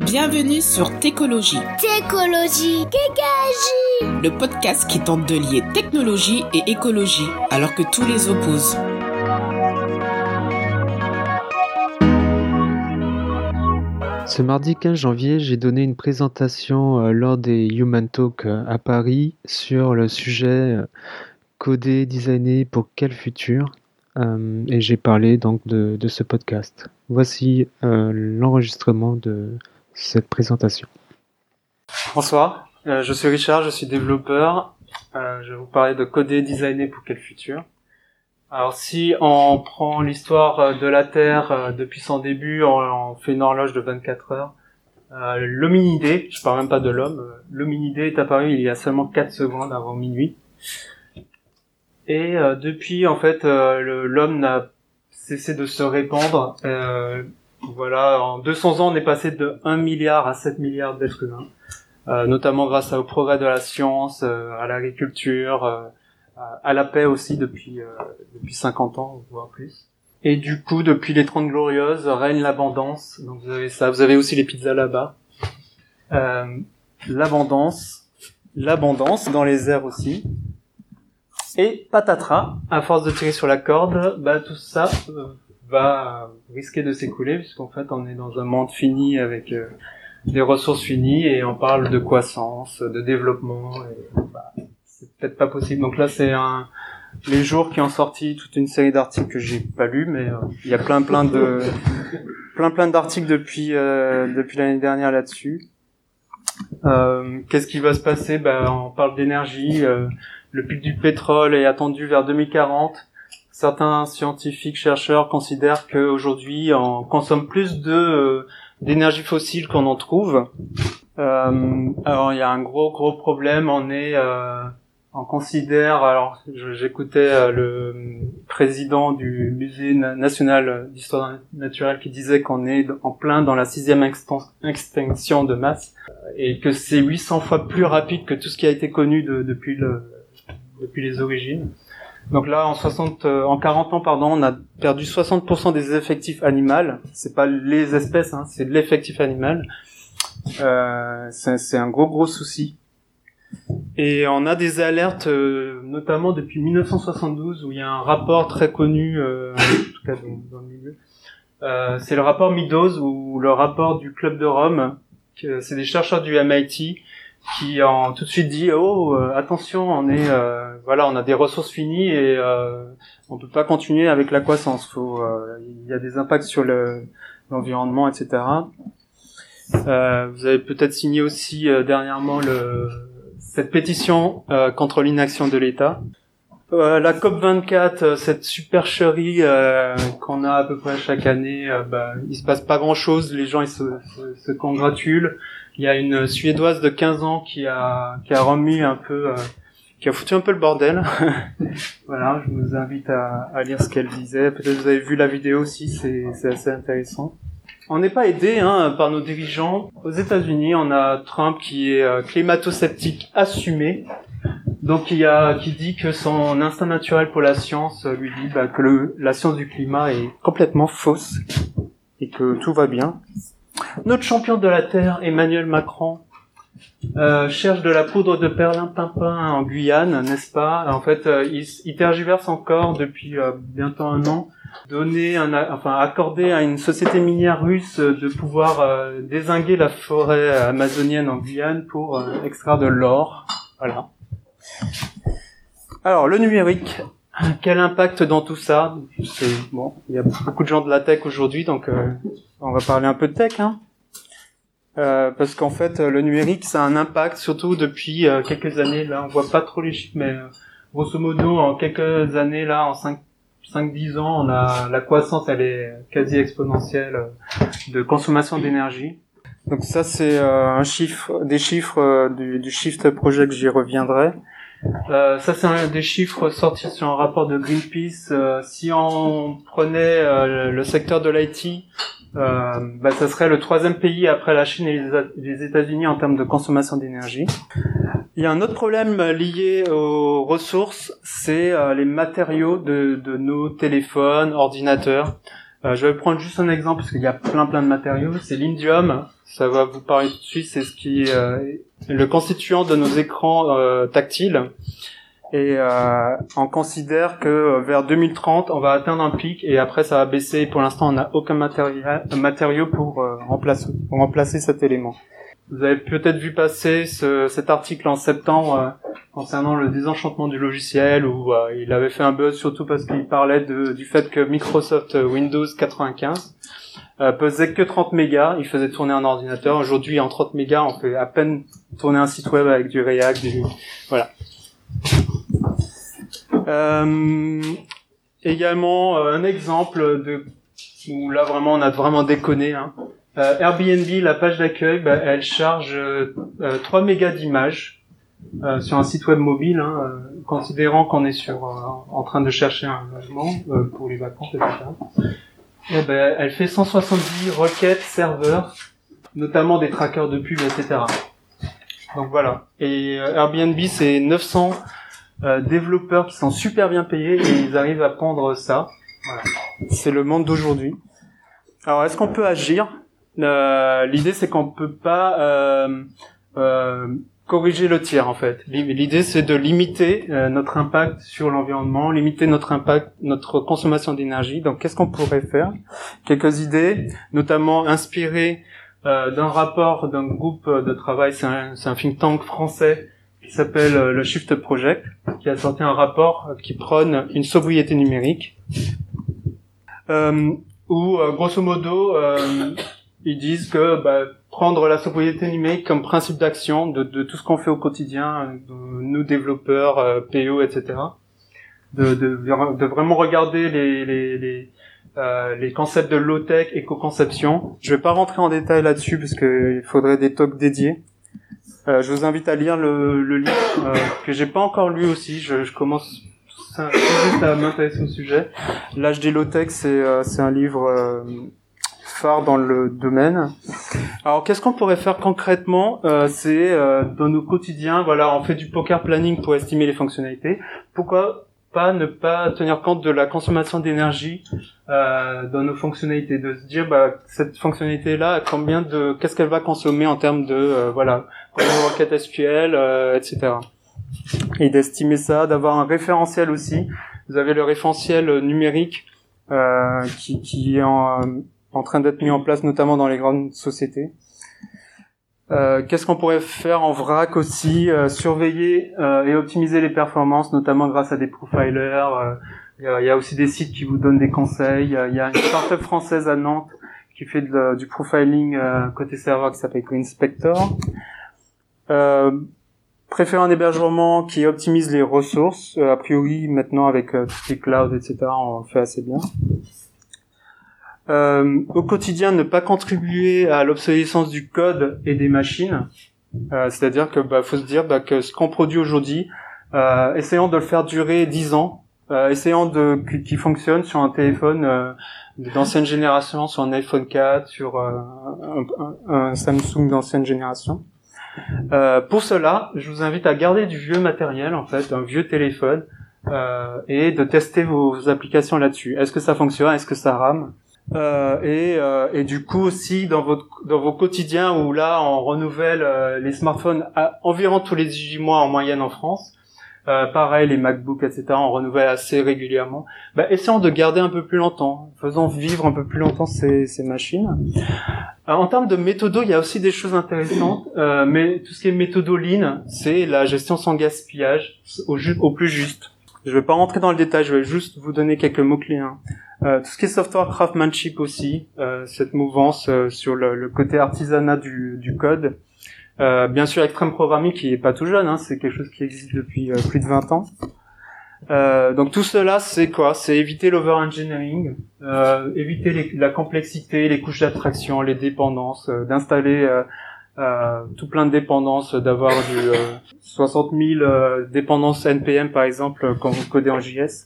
Bienvenue sur Técologie. Técologie, Kékagie. Le podcast qui tente de lier technologie et écologie, alors que tous les opposent. Ce mardi 15 janvier, j'ai donné une présentation lors des Human Talk à Paris sur le sujet coder, designer pour quel futur, et j'ai parlé donc de ce podcast. Voici l'enregistrement de cette présentation. Bonsoir, je suis Richard, je suis développeur. Je vais vous parler de coder, designer pour quel futur. Alors si on prend l'histoire de la Terre depuis son début, on fait une horloge de 24 heures. L'hominidé, je parle même pas de l'homme, l'hominidé est apparu il y a seulement 4 secondes avant minuit. Et depuis, en fait, l'homme n'a cessé de se répandre. Voilà, en 200 ans, on est passé de 1 milliard à 7 milliards d'êtres humains, notamment grâce au progrès de la science, à l'agriculture, à la paix aussi depuis 50 ans, voire plus. Et du coup, depuis les 30 Glorieuses, règne l'abondance. Donc vous avez ça, vous avez aussi les pizzas là-bas. L'abondance dans les airs aussi. Et patatras, à force de tirer sur la corde, tout ça va risquer de s'écouler, puisqu'en fait on est dans un monde fini avec des ressources finies, et on parle de croissance, de développement, et c'est peut-être pas possible. Donc là c'est les jours qui ont sorti toute une série d'articles que j'ai pas lus, mais il y a plein d'articles depuis l'année dernière là-dessus. Qu'est-ce qui va se passer? On parle d'énergie. Le pic du pétrole est attendu vers 2040. Certains scientifiques, chercheurs considèrent qu'aujourd'hui, on consomme plus d'énergie fossile qu'on en trouve. Alors, il y a un gros problème. On considère, alors, j'écoutais le président du Musée national d'histoire naturelle qui disait qu'on est en plein dans la 6e extinction de masse, et que c'est 800 fois plus rapide que tout ce qui a été connu depuis les origines. Donc là, en 40 ans, on a perdu 60% des effectifs animaux. C'est pas les espèces, c'est l'effectif animal. C'est un gros souci. Et on a des alertes, notamment depuis 1972, où il y a un rapport très connu, en tout cas dans le milieu. C'est le rapport Meadows, ou le rapport du Club de Rome. C'est des chercheurs du MIT qui ont tout de suite dit attention, on a des ressources finies et on peut pas continuer avec la croissance. Il y a des impacts sur l'environnement, etc. Vous avez peut-être signé aussi dernièrement cette pétition contre l'inaction de l'État. La COP24, cette supercherie qu'on a à peu près chaque année, il se passe pas grand-chose, les gens ils se congratulent. Il y a une Suédoise de 15 ans qui a remis un peu, qui a foutu un peu le bordel. Voilà, je vous invite à lire ce qu'elle disait. Peut-être vous avez vu la vidéo aussi, c'est assez intéressant. On n'est pas aidé par nos dirigeants. Aux États-Unis, on a Trump qui est climato-sceptique assumé. Donc qui dit que son instinct naturel pour la science lui dit que la science du climat est complètement fausse et que tout va bien. Notre champion de la Terre, Emmanuel Macron, cherche de la poudre de perlimpinpin en Guyane, n'est-ce pas? En fait, il tergiverse encore depuis bientôt un an, accorder à une société minière russe de pouvoir dézinguer la forêt amazonienne en Guyane pour extraire de l'or. Voilà. Alors, le numérique, quel impact dans tout ça? Il y a beaucoup de gens de la tech aujourd'hui, donc on va parler un peu de tech, parce qu'en fait, le numérique, ça a un impact, surtout depuis quelques années. Là, on voit pas trop les chiffres, mais grosso modo, en quelques années, là, en 5-10 ans, la croissance, elle est quasi exponentielle de consommation d'énergie. Donc ça, c'est des chiffres du Shift Project, j'y reviendrai. Ça, c'est des chiffres sortis sur un rapport de Greenpeace. Si on prenait le secteur de l'IT, ça serait le 3e pays après la Chine et les États-Unis en termes de consommation d'énergie. Il y a un autre problème lié aux ressources, c'est les matériaux de nos téléphones, ordinateurs. Je vais prendre juste un exemple parce qu'il y a plein de matériaux. C'est l'indium. Ça va vous parler tout de suite. C'est ce qui est le constituant de nos écrans tactiles. Et on considère que vers 2030, on va atteindre un pic et après ça va baisser. Pour l'instant, on n'a aucun matériau pour remplacer cet élément. Vous avez peut-être vu passer cet article en septembre concernant le désenchantement du logiciel où il avait fait un buzz surtout parce qu'il parlait du fait que Microsoft Windows 95 pesait que 30 mégas, il faisait tourner un ordinateur. Aujourd'hui, en 30 mégas, on fait à peine tourner un site web avec du React, voilà. Également un exemple où là vraiment on a vraiment déconné, hein. Airbnb, la page d'accueil, elle charge 3 mégas d'images sur un site web mobile, hein, considérant qu'on est en train de chercher un logement pour les vacances, etc. Et elle fait 170 requêtes serveurs, notamment des trackers de pub, etc. Donc voilà. Et Airbnb, c'est 900 développeurs qui sont super bien payés et ils arrivent à prendre ça. Voilà. C'est le monde d'aujourd'hui. Alors, est-ce qu'on peut agir ? L'idée, c'est qu'on peut pas corriger le tir, en fait. L'idée, c'est de limiter notre impact sur l'environnement, limiter notre consommation d'énergie. Donc, qu'est-ce qu'on pourrait faire ? Quelques idées, notamment inspirées d'un rapport d'un groupe de travail. C'est un think tank français qui s'appelle le Shift Project, qui a sorti un rapport qui prône une sobriété numérique, où grosso modo ils disent que prendre la sobriété numérique comme principe d'action de tout ce qu'on fait au quotidien, de nous développeurs, PO, etc., de vraiment regarder les concepts de low-tech, éco-conception. Je vais pas rentrer en détail là-dessus parce que il faudrait des talks dédiés. Je vous invite à lire le livre que j'ai pas encore lu aussi. Je commence juste à m'intéresser au sujet. L'âge des low-tech, c'est un livre phare dans le domaine. Alors, qu'est-ce qu'on pourrait faire concrètement ? C'est dans nos quotidiens, voilà, on fait du poker planning pour estimer les fonctionnalités. Pourquoi pas ne pas tenir compte de la consommation d'énergie dans nos fonctionnalités, de se dire cette fonctionnalité là qu'est-ce qu'elle va consommer en termes de requête SQL, etc. Et d'estimer ça, d'avoir un référentiel aussi. Vous avez le référentiel numérique qui est en train d'être mis en place notamment dans les grandes sociétés. Qu'est-ce qu'on pourrait faire en vrac aussi, surveiller et optimiser les performances, notamment grâce à des profilers. Il y a aussi des sites qui vous donnent des conseils. Il y a une startup française à Nantes qui fait du profiling côté serveur qui s'appelle Greenspector. Préférer un hébergement qui optimise les ressources. A priori, maintenant avec tout ce qui est cloud, etc., on fait assez bien. Au quotidien, ne pas contribuer à l'obsolescence du code et des machines. C'est-à-dire que faut se dire que ce qu'on produit aujourd'hui, essayons de le faire durer 10 ans. Essayons qu'il fonctionne sur un téléphone d'ancienne génération, sur un iPhone 4, sur un Samsung d'ancienne génération. Pour cela, je vous invite à garder du vieux matériel, en fait, un vieux téléphone, et de tester vos applications là-dessus. Est-ce que ça fonctionne? Est-ce que ça rame? Et du coup aussi dans vos quotidiens où là on renouvelle les smartphones environ tous les 18 mois en moyenne en France. Pareil, les MacBooks, etc., on renouvelle assez régulièrement. Essayons de garder un peu plus longtemps. Faisons vivre un peu plus longtemps ces machines. En termes de méthodo, il y a aussi des choses intéressantes. Mais tout ce qui est méthodo lean, c'est la gestion sans gaspillage au plus juste. Je vais pas rentrer dans le détail, je vais juste vous donner quelques mots-clés. Tout ce qui est software craftsmanship aussi, cette mouvance sur le côté artisanat du code. Bien sûr, Extreme Programming qui est pas tout jeune, c'est quelque chose qui existe depuis plus de 20 ans. Donc tout cela, c'est quoi? C'est éviter l'over-engineering, éviter la complexité, les couches d'abstraction, les dépendances, d'installer tout plein de dépendances, d'avoir du 60 000 dépendances NPM par exemple quand vous codez en JS.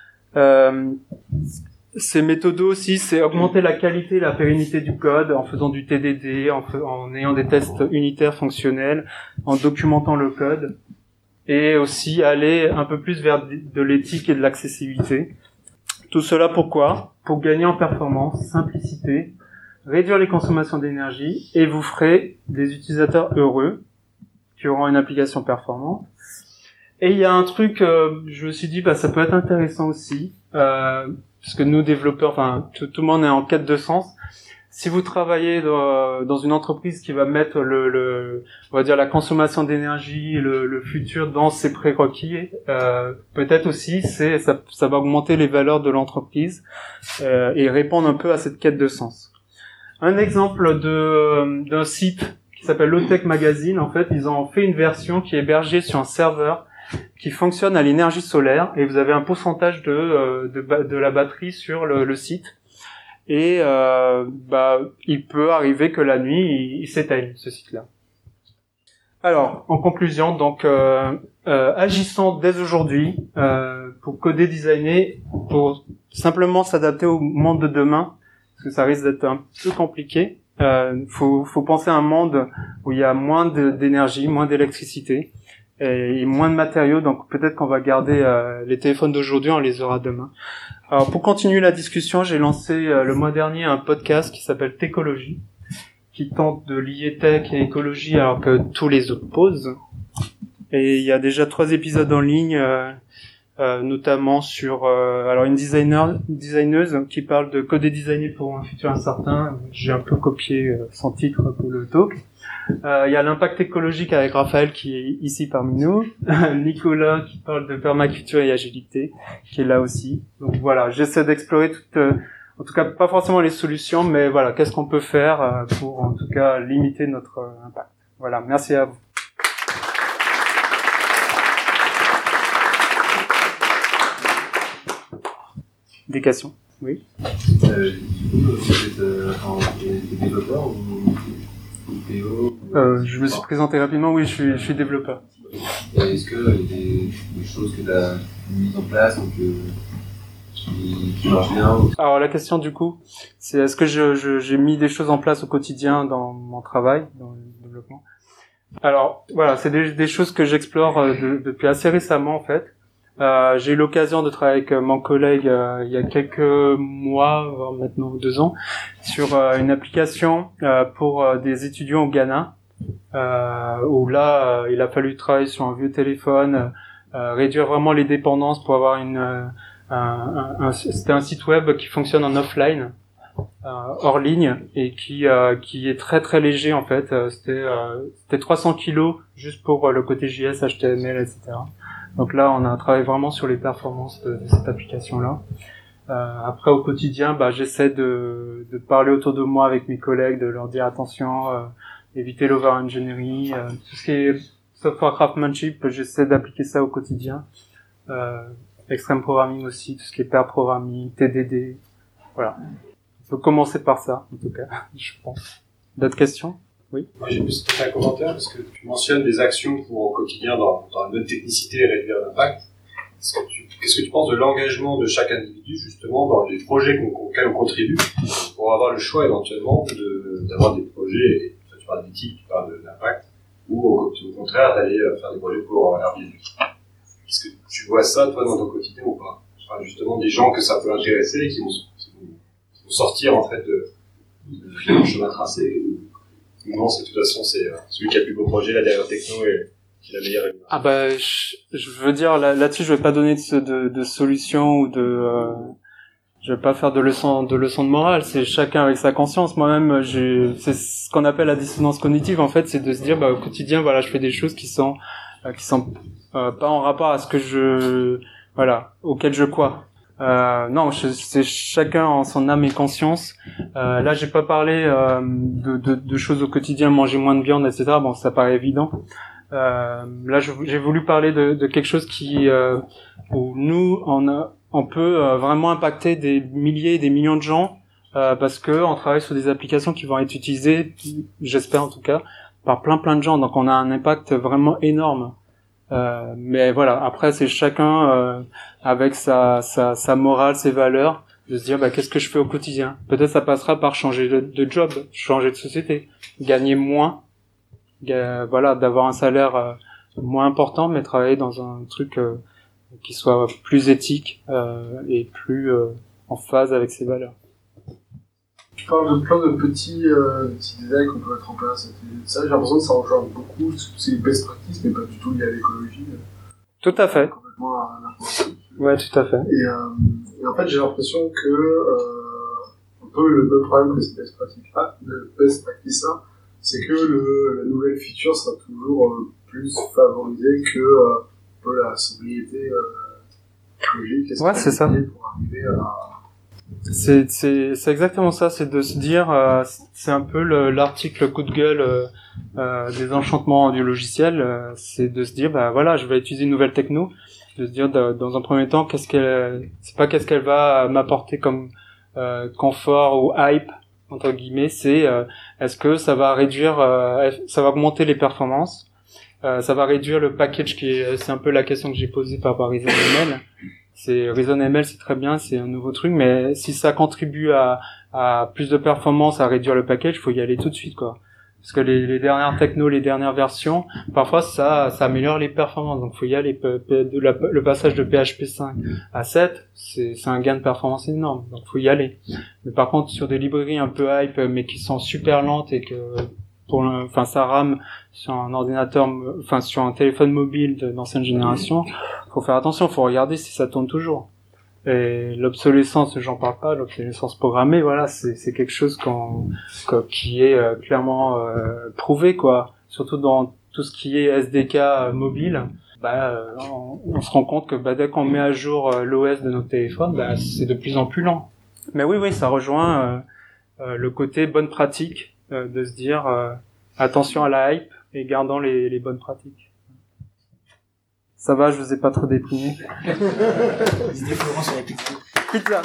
Ces méthodes aussi, c'est augmenter la qualité et la pérennité du code en faisant du TDD, en ayant des tests unitaires fonctionnels, en documentant le code, et aussi aller un peu plus vers de l'éthique et de l'accessibilité. Tout cela pourquoi? Pour gagner en performance, simplicité, réduire les consommations d'énergie, et vous ferez des utilisateurs heureux qui auront une application performante. Et il y a un truc, je me suis dit, ça peut être intéressant aussi, parce que nous développeurs, tout le monde est en quête de sens. Si vous travaillez dans une entreprise qui va mettre on va dire la consommation d'énergie, le futur dans ses prérequis, peut-être aussi ça va augmenter les valeurs de l'entreprise et répondre un peu à cette quête de sens. Un exemple d'un site qui s'appelle Low-Tech Magazine, en fait, ils ont fait une version qui est hébergée sur un serveur qui fonctionne à l'énergie solaire, et vous avez un pourcentage de la batterie sur le site. Et il peut arriver que la nuit il s'éteigne, ce site-là. Alors, en conclusion, donc agissons dès aujourd'hui pour coder, designer, pour simplement s'adapter au monde de demain, parce que ça risque d'être un peu compliqué. Faut penser à un monde où il y a moins d'énergie, moins d'électricité et moins de matériaux. Donc peut-être qu'on va garder les téléphones d'aujourd'hui, on les aura demain. Alors pour continuer la discussion, j'ai lancé le mois dernier un podcast qui s'appelle Techologie, qui tente de lier tech et écologie alors que tous les opposent. Et il y a déjà 3 épisodes en ligne, notamment sur alors une designeuse qui parle de coder designer pour un futur incertain. J'ai un peu copié son titre pour le talk. Il y a l'impact écologique avec Raphaël qui est ici parmi nous, Nicolas qui parle de permaculture et agilité qui est là aussi. Donc voilà, j'essaie d'explorer en tout cas pas forcément les solutions, mais voilà, qu'est-ce qu'on peut faire pour en tout cas limiter notre impact. Voilà, merci à vous. Des questions? Oui. Du coup, vous êtes développeur ou PO? Je me suis présenté rapidement, oui, je suis développeur. Est-ce que il y a des choses que tu as mises en place ou qui marchent bien? Alors la question du coup, c'est est-ce que j'ai mis des choses en place au quotidien dans mon travail, dans le développement? Alors voilà, c'est des choses que j'explore depuis assez récemment en fait. J'ai eu l'occasion de travailler avec mon collègue il y a quelques mois, voire maintenant 2 ans, sur une application pour des étudiants au Ghana, où là il a fallu travailler sur un vieux téléphone, réduire vraiment les dépendances pour avoir c'était un site web qui fonctionne en offline, hors ligne, et qui est très très léger en fait. C'était 300 kilos juste pour le côté JS, HTML, etc. Donc là, on a travaillé vraiment sur les performances de cette application-là. Après, au quotidien, j'essaie de parler autour de moi avec mes collègues, de leur dire attention, éviter l'over-engineering, tout ce qui est software craftsmanship, j'essaie d'appliquer ça au quotidien. Extreme programming aussi, tout ce qui est pair programming, TDD, voilà. On peut commencer par ça, en tout cas, je pense. D'autres questions? Oui. Moi, j'ai plus un commentaire parce que tu mentionnes des actions pour au quotidien dans une bonne technicité et réduire l'impact. Qu'est-ce que tu penses de l'engagement de chaque individu justement dans les projets auxquels on contribue pour avoir le choix éventuellement d'avoir des projets, et tu parles d'éthique, tu parles d'impact, ou au contraire d'aller faire des projets pour Airbnb. Est-ce que tu vois ça toi dans ton quotidien ou pas? Enfin, justement des gens que ça peut intéresser et qui vont sortir en fait de le chemin tracé. Non, c'est de toute façon c'est celui qui a le plus beau projet, la dernière techno et qui a la meilleure rémunération. Je veux dire là-dessus, je vais pas donner de solution ou je vais pas faire de leçon de morale. C'est chacun avec sa conscience. Moi-même, c'est ce qu'on appelle la dissonance cognitive. En fait, c'est de se dire au quotidien, voilà, je fais des choses qui sont pas en rapport à ce que auquel je crois. Non, c'est chacun en son âme et conscience. Là, j'ai pas parlé de choses au quotidien, manger moins de viande, etc. Bon, ça paraît évident. Là, j'ai voulu parler de quelque chose où nous, on peut vraiment impacter des milliers et des millions de gens, parce que on travaille sur des applications qui vont être utilisées, j'espère en tout cas, par plein de gens. Donc, on a un impact vraiment énorme. Mais voilà, après c'est chacun avec sa morale, ses valeurs, de se dire qu'est-ce que je fais au quotidien. Peut-être ça passera par changer de job, changer de société, gagner moins, d'avoir un salaire moins important, mais travailler dans un truc qui soit plus éthique et plus en phase avec ses valeurs. Tu parles de plein de petits détails qu'on peut mettre en place. Ça, j'ai l'impression que ça rejoint beaucoup, c'est une best practice, mais pas du tout lié à l'écologie. Tout à fait. Complètement à n'importe. Ouais, tout à fait. Et en fait, j'ai l'impression que un peu le même problème que ces best practices-là, c'est que la nouvelle feature sera toujours plus favorisée que un peu la sobriété écologique. Ouais, c'est ça. Pour arriver à... C'est exactement ça, c'est de se dire, c'est un peu l'article coup de gueule des enchantements du logiciel, c'est de se dire, bah voilà, je vais utiliser une nouvelle techno, de se dire dans un premier temps, c'est pas qu'est-ce qu'elle va m'apporter comme confort ou hype entre guillemets, c'est est-ce que ça va réduire, ça va augmenter les performances, ça va réduire le package c'est un peu la question que j'ai posée par rapport à ReasonML. ReasonML, c'est très bien, c'est un nouveau truc, mais si ça contribue à plus de performance, à réduire le package, faut y aller tout de suite, quoi. Parce que les dernières technos, les dernières versions, parfois ça améliore les performances, donc faut y aller. Le passage de PHP 5 à 7, c'est un gain de performance énorme, donc faut y aller. Mais par contre, sur des librairies un peu hype, mais qui sont super lentes et que ça rame sur un ordinateur, sur un téléphone mobile d'ancienne génération, faut faire attention, faut regarder si ça tourne toujours. Et l'obsolescence, j'en parle pas, l'obsolescence programmée, voilà, c'est quelque chose qui est clairement prouvé, quoi. Surtout dans tout ce qui est SDK mobile, on se rend compte que dès qu'on met à jour l'OS de nos téléphones, c'est de plus en plus lent. Mais oui, ça rejoint le côté bonne pratique, de se dire attention à la hype et gardant les bonnes pratiques. Ça va, je vous ai pas trop déprimé. Les idées Florent sur la pizza. Pizza.